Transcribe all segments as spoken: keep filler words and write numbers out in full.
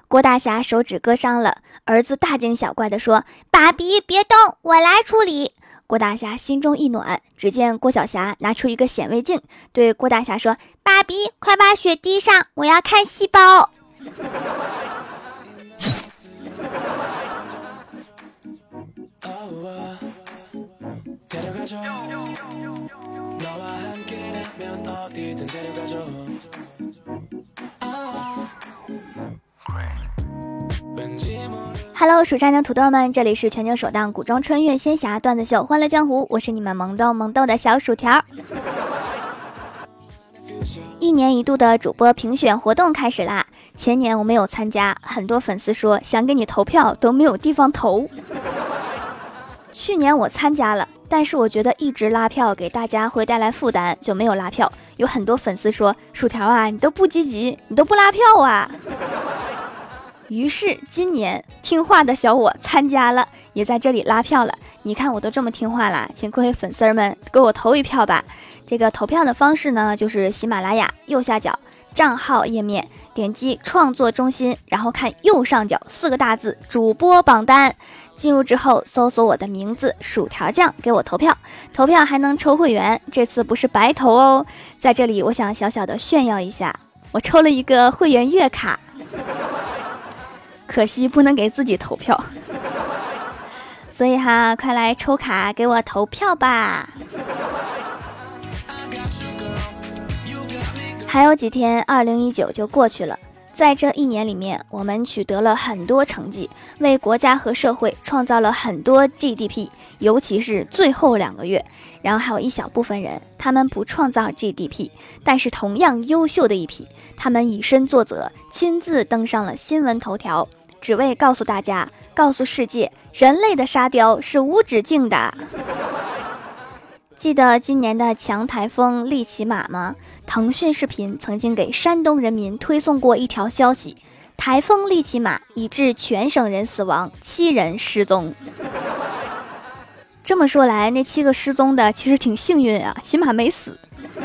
郭大侠手指割伤了，儿子大惊小怪地说：爸比别动，我来处理。郭大侠心中一暖，只见郭小侠拿出一个显微镜，对郭大侠说：爸比快把血滴上，我要看细胞。Hello， 蜀山的土豆们，这里是全球首档古装穿越仙侠段子秀《欢乐江湖》，我是你们萌豆萌豆的小薯条。一年一度的主播评选活动开始啦！前年我没有参加，很多粉丝说想给你投票都没有地方投。去年我参加了，但是我觉得一直拉票给大家会带来负担，就没有拉票。有很多粉丝说：薯条啊，你都不积极，你都不拉票啊。于是今年听话的小我参加了，也在这里拉票了。你看我都这么听话了，请各位粉丝们给我投一票吧。这个投票的方式呢，就是喜马拉雅右下角账号页面，点击创作中心，然后看右上角四个大字主播榜单，进入之后搜索我的名字薯条酱，给我投票。投票还能抽会员，这次不是白投哦。在这里我想小小的炫耀一下，我抽了一个会员月卡，可惜不能给自己投票，所以哈，快来抽卡给我投票吧。还有几天二零一九就过去了，在这一年里面，我们取得了很多成绩，为国家和社会创造了很多 G D P， 尤其是最后两个月。然后还有一小部分人，他们不创造 G D P， 但是同样优秀的一批，他们以身作则，亲自登上了新闻头条，只为告诉大家，告诉世界，人类的沙雕是无止境的。记得今年的强台风利奇马吗？腾讯视频曾经给山东人民推送过一条消息：台风利奇马已致全省人死亡，七人失踪。这么说来，那七个失踪的其实挺幸运啊，起码没死。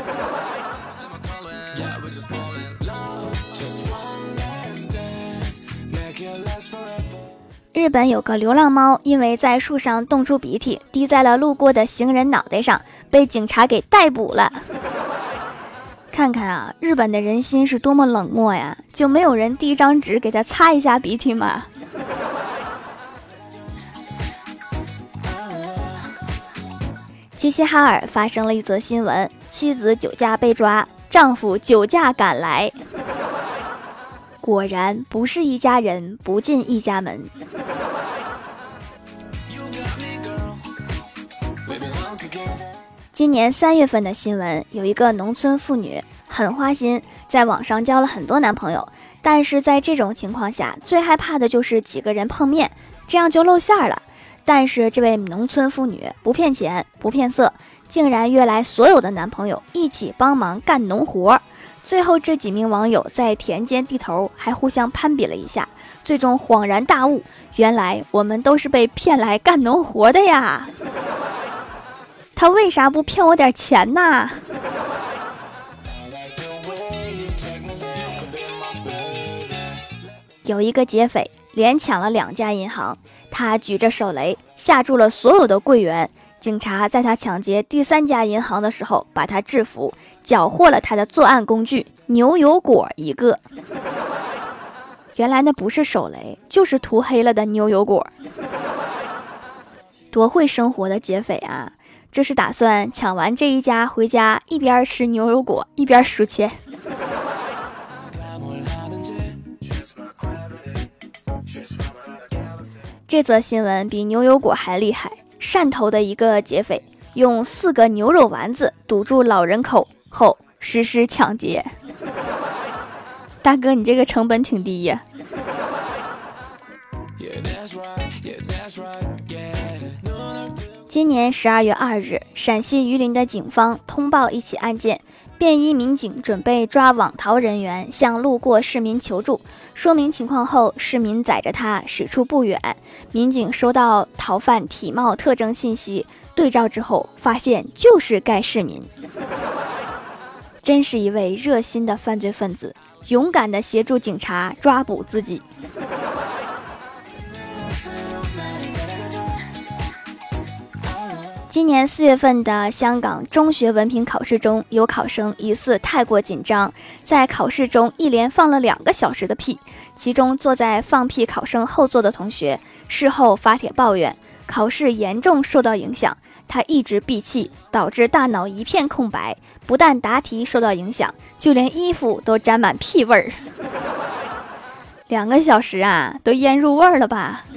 日本有个流浪猫，因为在树上冻出鼻涕，滴在了路过的行人脑袋上，被警察给逮捕了。看看啊，日本的人心是多么冷漠呀，就没有人递一张纸给他擦一下鼻涕吗？齐齐哈尔发生了一则新闻，妻子酒驾被抓，丈夫酒驾赶来。果然不是一家人，不进一家门。今年三月份的新闻，有一个农村妇女很花心，在网上交了很多男朋友，但是在这种情况下，最害怕的就是几个人碰面，这样就露馅了。但是这位农村妇女不骗钱不骗色，竟然约来所有的男朋友一起帮忙干农活。最后这几名网友在田间地头还互相攀比了一下，最终恍然大悟，原来我们都是被骗来干农活的呀。他为啥不骗我点钱呢？有一个劫匪连抢了两家银行，他举着手雷吓住了所有的柜员，警察在他抢劫第三家银行的时候把他制服，缴获了他的作案工具牛油果一个。原来那不是手雷，就是涂黑了的牛油果。多会生活的劫匪啊，这是打算抢完这一家回家一边吃牛油果一边数钱。这则新闻比牛油果还厉害，汕头的一个劫匪用四个牛肉丸子堵住老人口后实施抢劫。大哥，你这个成本挺低呀。今年十二月二日，陕西榆林的警方通报一起案件，便衣民警准备抓网逃人员，向路过市民求助。说明情况后，市民载着他驶出不远。民警收到逃犯体貌特征信息，对照之后发现就是该市民。真是一位热心的犯罪分子， 勇敢地协助警察抓捕自己。今年四月份的香港中学文凭考试中，有考生疑似太过紧张，在考试中一连放了两个小时的屁。其中坐在放屁考生后座的同学事后发帖抱怨，考试严重受到影响，他一直闭气，导致大脑一片空白，不但答题受到影响，就连衣服都沾满屁味儿。两个小时啊，都腌入味儿了吧？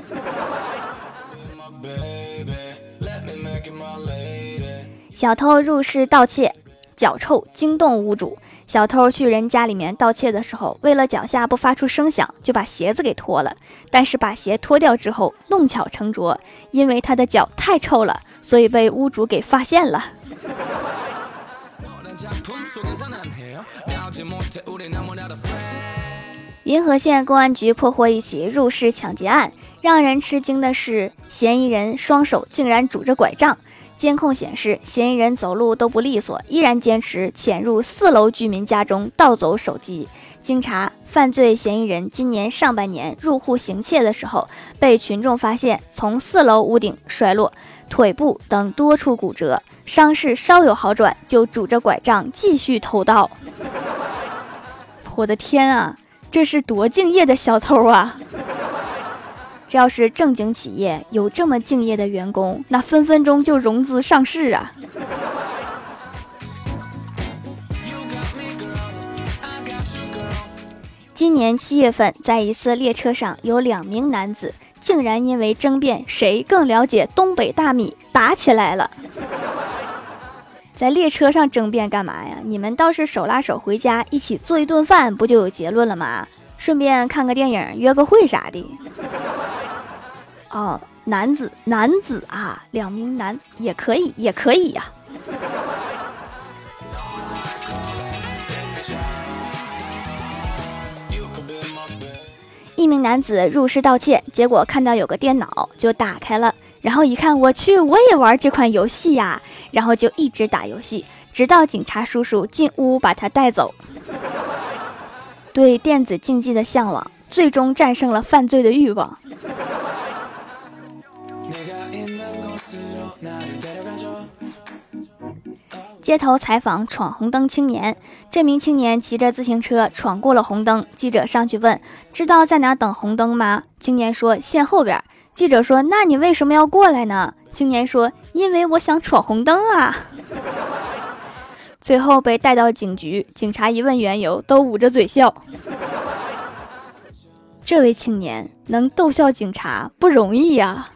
小偷入室盗窃，脚臭惊动屋主。小偷去人家里面盗窃的时候，为了脚下不发出声响，就把鞋子给脱了。但是把鞋脱掉之后，弄巧成拙，因为他的脚太臭了，所以被屋主给发现了。银河县公安局破获一起入室抢劫案，让人吃惊的是，嫌疑人双手竟然拄着拐杖。监控显示，嫌疑人走路都不利索，依然坚持潜入四楼居民家中盗走手机。经查，犯罪嫌疑人今年上半年入户行窃的时候，被群众发现从四楼屋顶摔落，腿部等多处骨折，伤势稍有好转，就拄着拐杖继续偷盗。我的天啊，这是多敬业的小偷啊！这要是正经企业有这么敬业的员工，那分分钟就融资上市啊！今年七月份，在一次列车上，有两名男子竟然因为争辩谁更了解东北大米打起来了。在列车上争辩干嘛呀？你们倒是手拉手回家一起做一顿饭，不就有结论了吗？顺便看个电影，约个会啥的。哦，男子男子啊，两名男也可以也可以呀、一名男子入室盗窃，结果看到有个电脑就打开了，然后一看，我去，我也玩这款游戏呀，然后就一直打游戏，直到警察叔叔进屋把他带走。对电子竞技的向往，最终战胜了犯罪的欲望。街头采访闯红灯青年，这名青年骑着自行车闯过了红灯，记者上去问，知道在哪等红灯吗？青年说，线后边。记者说，那你为什么要过来呢？青年说，因为我想闯红灯啊。最后被带到警局，警察一问缘由，都捂着嘴笑。这位青年能逗笑警察不容易呀、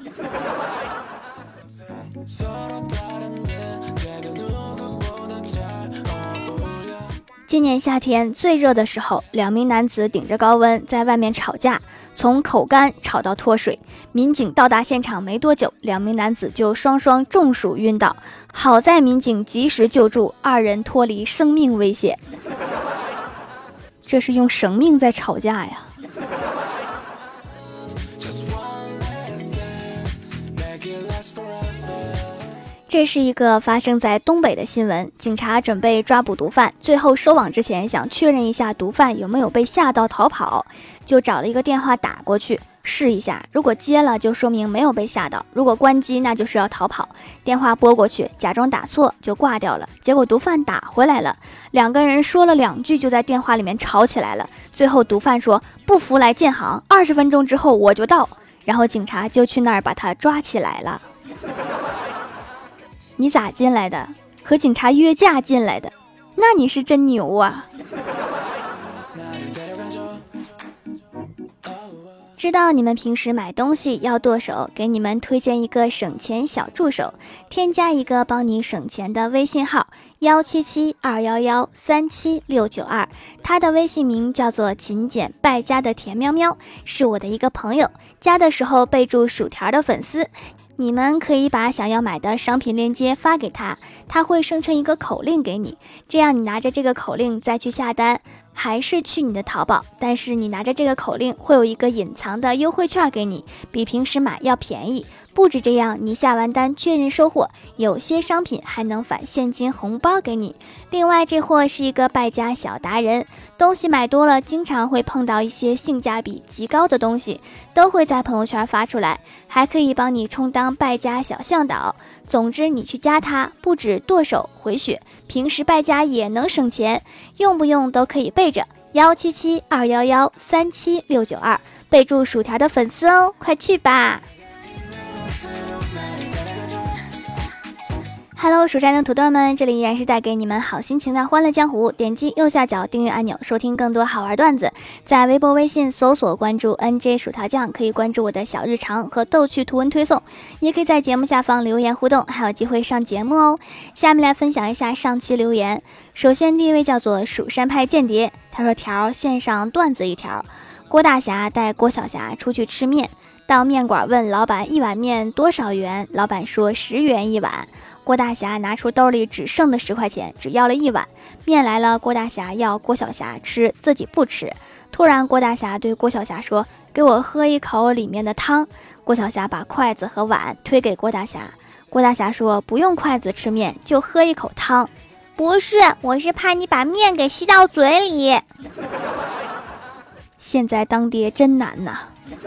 今年夏天最热的时候，两名男子顶着高温在外面吵架，从口干吵到脱水。民警到达现场没多久，两名男子就双双中暑晕倒，好在民警及时救助，二人脱离生命危险。这是用生命在吵架呀！这是一个发生在东北的新闻，警察准备抓捕毒贩，最后收网之前想确认一下毒贩有没有被吓到逃跑，就找了一个电话打过去试一下，如果接了就说明没有被吓到，如果关机那就是要逃跑。电话拨过去，假装打错就挂掉了，结果毒贩打回来了，两个人说了两句就在电话里面吵起来了，最后毒贩说不服来建行，二十分钟之后我就到，然后警察就去那儿把他抓起来了。你咋进来的？和警察约架进来的，那你是真牛啊！知道你们平时买东西要剁手，给你们推荐一个省钱小助手，添加一个帮你省钱的微信号幺七七二幺幺三七六九二，他的微信名叫做勤俭败家的甜喵喵，是我的一个朋友，加的时候备注薯条的粉丝。你们可以把想要买的商品链接发给他，他会生成一个口令给你，这样你拿着这个口令再去下单， 还是去你的淘宝，但是你拿着这个口令会有一个隐藏的优惠券给你，比平时买要便宜。不止这样，你下完单确认收货，有些商品还能返现金红包给你。另外，这货是一个败家小达人，东西买多了，经常会碰到一些性价比极高的东西，都会在朋友圈发出来，还可以帮你充当败家小向导。总之，你去加他，不止剁手回血，平时败家也能省钱，用不用都可以备着。幺七七二幺幺三七六九二，备注薯条的粉丝哦，快去吧。Hello， 蜀山的土豆们，这里依然是带给你们好心情的欢乐江湖。点击右下角订阅按钮，收听更多好玩段子。在微博、微信搜索关注 N J 薯条酱，可以关注我的小日常和逗趣图文推送，也可以在节目下方留言互动，还有机会上节目哦。下面来分享一下上期留言。首先第一位叫做蜀山派间谍，他说条线上段子一条，郭大侠带郭晓霞出去吃面，到面馆问老板一碗面多少元，老板说十元一碗。郭大侠拿出兜里只剩的十块钱，只要了一碗面来了。郭大侠要郭晓霞吃，自己不吃。突然，郭大侠对郭晓霞说：“给我喝一口里面的汤。”郭晓霞把筷子和碗推给郭大侠。郭大侠说：“不用筷子吃面，就喝一口汤。”不是，我是怕你把面给吸到嘴里。现在当爹真难呐。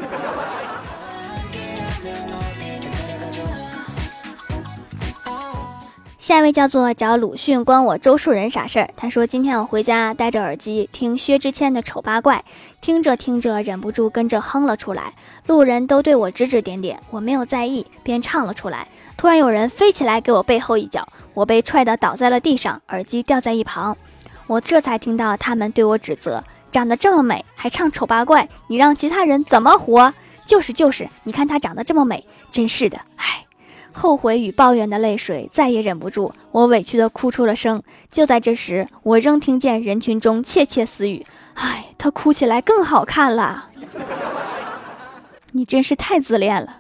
下一位叫做找鲁迅关我周树人啥事儿。他说今天我回家戴着耳机听薛之谦的丑八怪，听着听着忍不住跟着哼了出来，路人都对我指指点点，我没有在意，便唱了出来。突然有人飞起来给我背后一脚，我被踹得倒在了地上，耳机掉在一旁。我这才听到他们对我指责，长得这么美还唱丑八怪，你让其他人怎么活？就是就是你看她长得这么美，真是的，唉。后悔与抱怨的泪水再也忍不住，我委屈地哭出了声。就在这时，我仍听见人群中窃窃私语：唉，她哭起来更好看了。你真是太自恋了。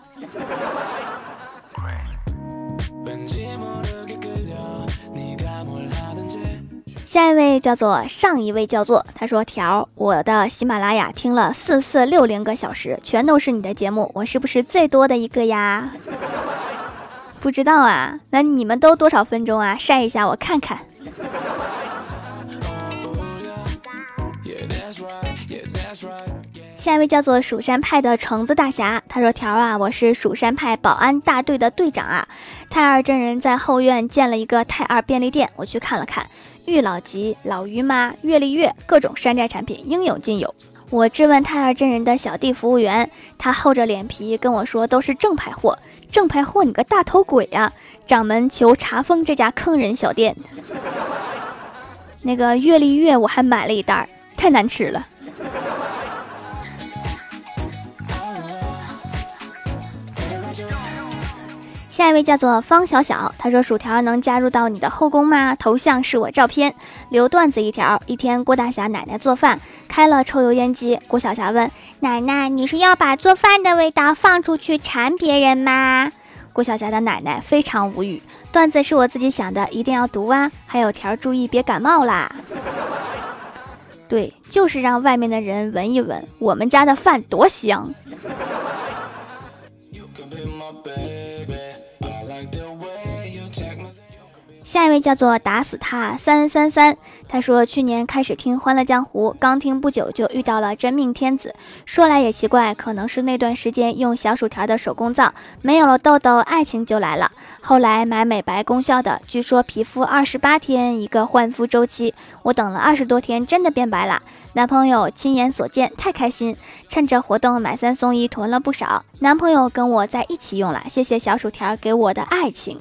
下一位叫做上一位叫做，他说条，我的喜马拉雅听了四四六零个小时，全都是你的节目，我是不是最多的一个呀？不知道啊，那你们都多少分钟啊？晒一下我看看。下一位叫做蜀山派的橙子大侠，他说条啊，我是蜀山派保安大队的队长啊。太二真人在后院建了一个太二便利店，我去看了看，玉老吉、老于妈、月丽月各种山寨产品应有尽有。我质问太二真人的小弟服务员，他厚着脸皮跟我说都是正牌货。正牌货你个大头鬼啊！掌门求查封这家坑人小店。那个月丽月我还买了一袋，太难吃了。下一位叫做方小小，他说薯条能加入到你的后宫吗？头像是我照片，留段子一条。一天郭大侠奶奶做饭，开了抽油烟机，郭小霞问奶奶，你是要把做饭的味道放出去馋别人吗？郭小霞的奶奶非常无语，段子是我自己想的，一定要读啊，还有条注意别感冒啦。对，就是让外面的人闻一闻我们家的饭多香。下一位叫做打死他三三三，他说去年开始听欢乐江湖，刚听不久就遇到了真命天子。说来也奇怪，可能是那段时间用小薯条的手工皂，没有了痘痘，爱情就来了。后来买美白功效的，据说皮肤二十八天一个换肤周期，我等了二十多天，真的变白了。男朋友亲眼所见，太开心，趁着活动买三送一，囤了不少。男朋友跟我在一起用了，谢谢小薯条给我的爱情。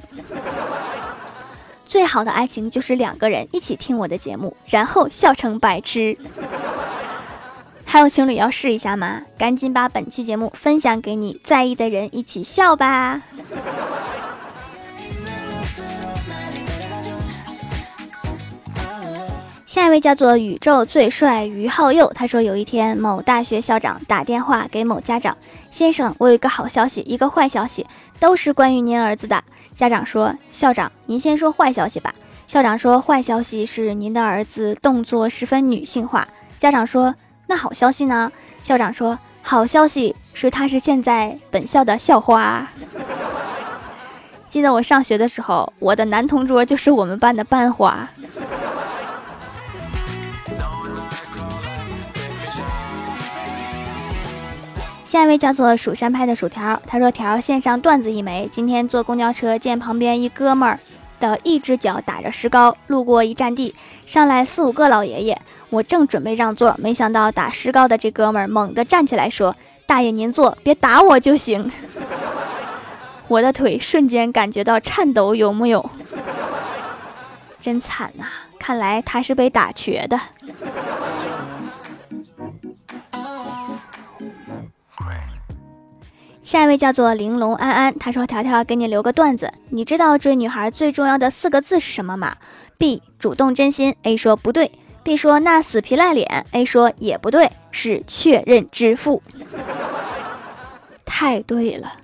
最好的爱情就是两个人一起听我的节目，然后笑成白痴。还有情侣要试一下吗？赶紧把本期节目分享给你在意的人，一起笑吧。下一位叫做宇宙最帅于浩佑，他说有一天某大学校长打电话给某家长，先生，我有一个好消息，一个坏消息，都是关于您儿子的。家长说，校长您先说坏消息吧。 校长说坏消息是您的儿子动作十分女性化。家长说那好消息呢？校长说好消息是他是现在本校的校花。记得我上学的时候，我的男同桌就是我们班的班花。下一位叫做蜀山派的薯条，他说条线上段子一枚，今天坐公交车见旁边一哥们儿的一只脚打着石膏，路过一站地，上来四五个老爷爷，我正准备让座，没想到打石膏的这哥们儿猛地站起来说，大爷您坐，别打我就行。我的腿瞬间感觉到颤抖，有木有？真惨呐、啊，看来他是被打瘸的。下一位叫做玲珑安安，他说条条给你留个段子，你知道追女孩最重要的四个字是什么吗？ B 主动真心， A 说不对， B 说那死皮赖脸， A 说也不对，是确认支付。太对了。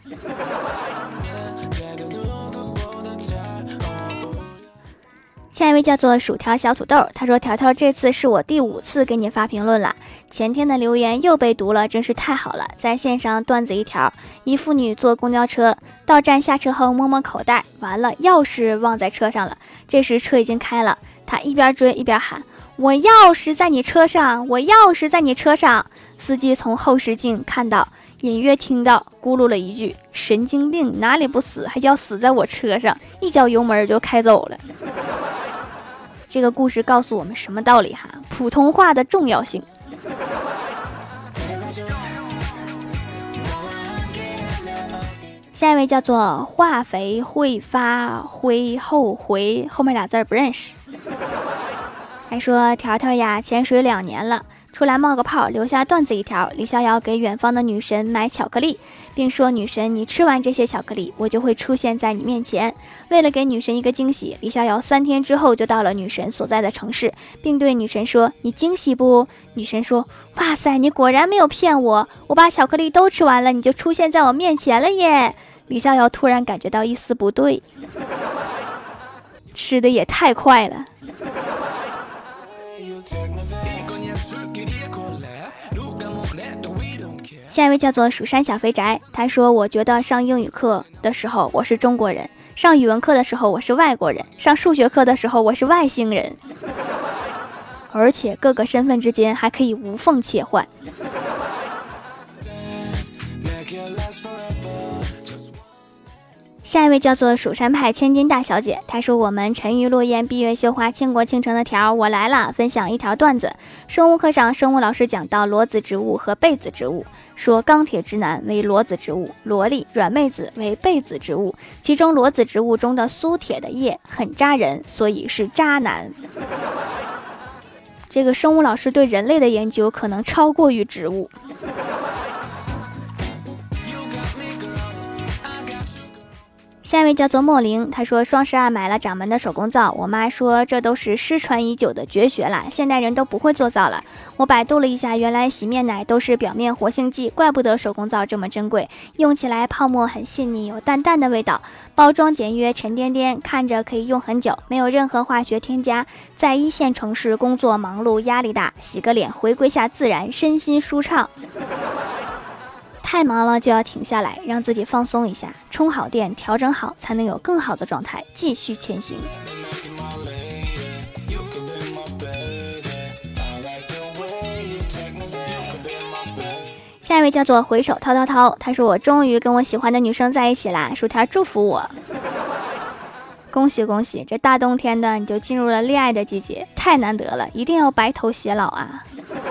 下一位叫做薯条小土豆，他说条条这次是我第五次给你发评论了，前天的留言又被读了，真是太好了。在线上段子一条，一妇女坐公交车到站下车后摸摸口袋，完了钥匙忘在车上了，这时车已经开了，她一边追一边喊我钥匙在你车上，我钥匙在你车上。司机从后视镜看到，隐约听到咕噜了一句神经病，哪里不死还要死在我车上，一脚油门就开走了。这个故事告诉我们什么道理哈？普通话的重要性。下一位叫做化肥会发灰后回，后面俩字不认识。还说条条呀，潜水两年了，出来冒个泡，留下段子一条，李逍遥给远方的女神买巧克力，并说女神你吃完这些巧克力，我就会出现在你面前。为了给女神一个惊喜，李逍遥三天之后就到了女神所在的城市，并对女神说你惊喜不？女神说哇塞，你果然没有骗我，我把巧克力都吃完了，你就出现在我面前了耶。李逍遥突然感觉到一丝不对，吃的也太快了。下一位叫做蜀山小肥宅，他说我觉得上英语课的时候我是中国人，上语文课的时候我是外国人，上数学课的时候我是外星人，而且各个身份之间还可以无缝切换。下一位叫做蜀山派千金大小姐，她说我们沉鱼落雁闭月羞花倾国倾城的条我来了，分享一条段子。生物课上生物老师讲到裸子植物和被子植物，说钢铁直男为裸子植物，萝莉软妹子为被子植物，其中裸子植物中的苏铁的叶很扎人，所以是渣男。这个生物老师对人类的研究可能超过于植物。下一位叫做莫玲，她说双十二买了掌门的手工皂，我妈说这都是失传已久的绝学了，现代人都不会做皂了。我百度了一下，原来洗面奶都是表面活性剂，怪不得手工皂这么珍贵，用起来泡沫很细腻，有淡淡的味道，包装简约沉甸甸，看着可以用很久，没有任何化学添加。在一线城市工作忙碌压力大，洗个脸回归下自然，身心舒畅。太忙了就要停下来，让自己放松一下，充好电，调整好，才能有更好的状态继续前行。下一位叫做回首涛涛涛，他说我终于跟我喜欢的女生在一起啦，薯条祝福我。恭喜恭喜，这大冬天的你就进入了恋爱的季节，太难得了，一定要白头偕老啊。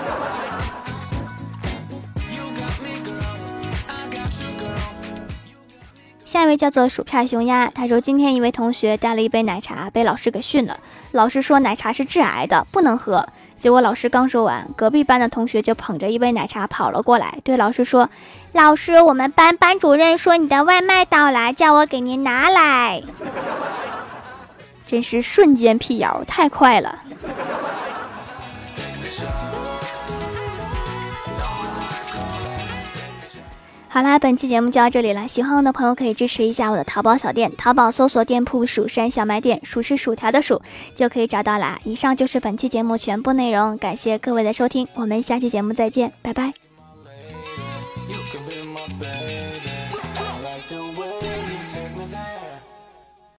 下一位叫做薯片熊鸭，他说今天一位同学带了一杯奶茶被老师给训了，老师说奶茶是致癌的不能喝，结果老师刚说完，隔壁班的同学就捧着一杯奶茶跑了过来，对老师说，老师我们班班主任说你的外卖到了，叫我给您拿来。真是瞬间辟谣，太快了。 好啦，本期节目就到这里了。喜欢我的朋友可以支持一下我的淘宝小店，淘宝搜索店铺蜀山小卖店，蜀是薯条的蜀，就可以找到啦。以上就是本期节目全部内容，感谢各位的收听，我们下期节目再见，拜拜。